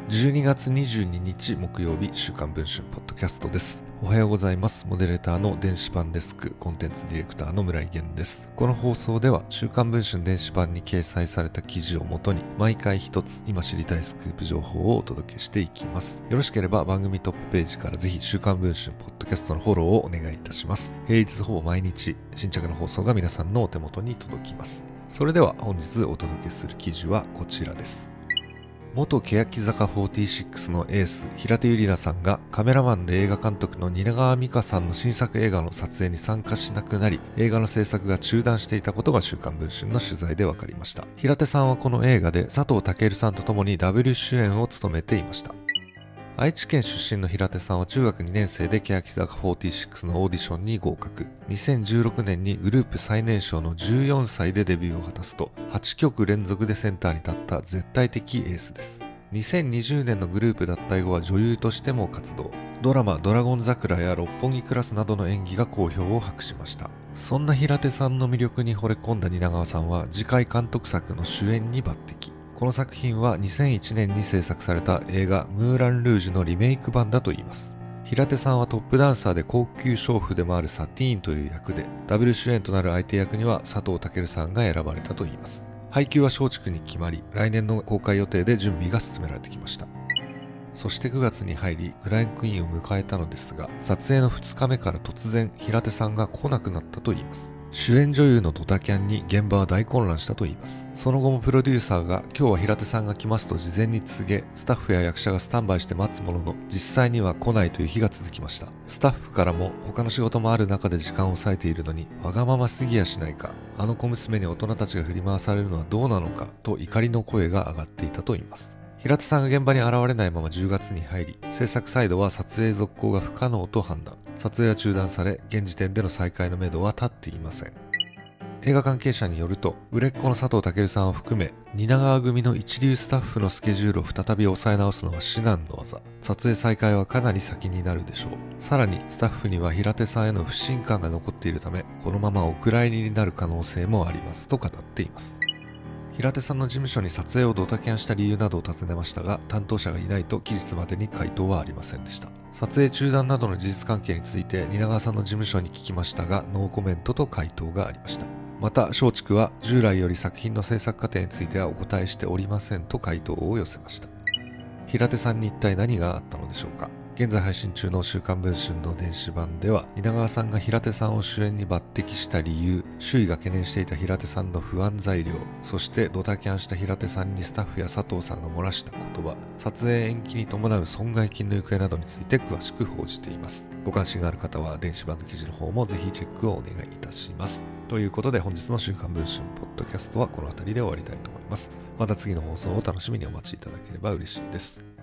12月22日木曜日、週刊文春ポッドキャストです。おはようございます。モデレーターの電子版デスクコンテンツディレクターの村井源です。この放送では週刊文春電子版に掲載された記事をもとに毎回一つ今知りたいスクープ情報をお届けしていきます。よろしければ番組トップページからぜひ週刊文春ポッドキャストのフォローをお願いいたします。平日ほぼ毎日新着の放送が皆さんのお手元に届きます。それでは本日お届けする記事はこちらです。元欅坂46のエース平手友梨奈さんがカメラマンで映画監督の蜷川実花さんの新作映画の撮影に参加しなくなり、映画の制作が中断していたことが週刊文春の取材で分かりました。平手さんはこの映画で佐藤健さんと共にダブル主演を務めていました。愛知県出身の平手さんは中学2年生で欅坂46のオーディションに合格。2016年にグループ最年少の14歳でデビューを果たすと、8曲連続でセンターに立った絶対的エースです。2020年のグループ脱退後は女優としても活動。ドラマドラゴン桜や六本木クラスなどの演技が好評を博しました。そんな平手さんの魅力に惚れ込んだ蜷川さんは次回監督作の主演に抜擢。この作品は2001年に制作された映画ムーラン・ルージュのリメイク版だといいます。平手さんはトップダンサーで高級娼婦でもあるサティーンという役で、ダブル主演となる相手役には佐藤健さんが選ばれたといいます。配給は松竹に決まり、来年の公開予定で準備が進められてきました。そして9月に入りクランクインを迎えたのですが、撮影の2日目から突然平手さんが来なくなったといいます。主演女優のドタキャンに現場は大混乱したといいます。その後もプロデューサーが今日は平手さんが来ますと事前に告げ、スタッフや役者がスタンバイして待つものの実際には来ないという日が続きました。スタッフからも他の仕事もある中で時間を割いているのにわがまますぎやしないか、あの小娘に大人たちが振り回されるのはどうなのかと怒りの声が上がっていたといいます。平手さんが現場に現れないまま10月に入り、制作サイドは撮影続行が不可能と判断。撮影は中断され、現時点での再開のめどは立っていません。映画関係者によると、売れっ子の佐藤健さんを含め、蜷川組の一流スタッフのスケジュールを再び抑え直すのは至難の業。撮影再開はかなり先になるでしょう。さらに、スタッフには平手さんへの不信感が残っているため、このままお蔵入りになる可能性もありますと語っています。平手さんの事務所に撮影をドタキャンした理由などを尋ねましたが、担当者がいないと期日までに回答はありませんでした。撮影中断などの事実関係について蜷川さんの事務所に聞きましたが、ノーコメントと回答がありました。また松竹は従来より作品の制作過程についてはお答えしておりませんと回答を寄せました。平手さんに一体何があったのでしょうか。現在配信中の週刊文春の電子版では、蜷川さんが平手さんを主演に抜擢した理由、周囲が懸念していた平手さんの不安材料、そしてドタキャンした平手さんにスタッフや佐藤さんが漏らした言葉、撮影延期に伴う損害金の行方などについて詳しく報じています。ご関心がある方は電子版の記事の方もぜひチェックをお願いいたします。ということで本日の週刊文春ポッドキャストはこの辺りで終わりたいと思います。また次の放送を楽しみにお待ちいただければ嬉しいです。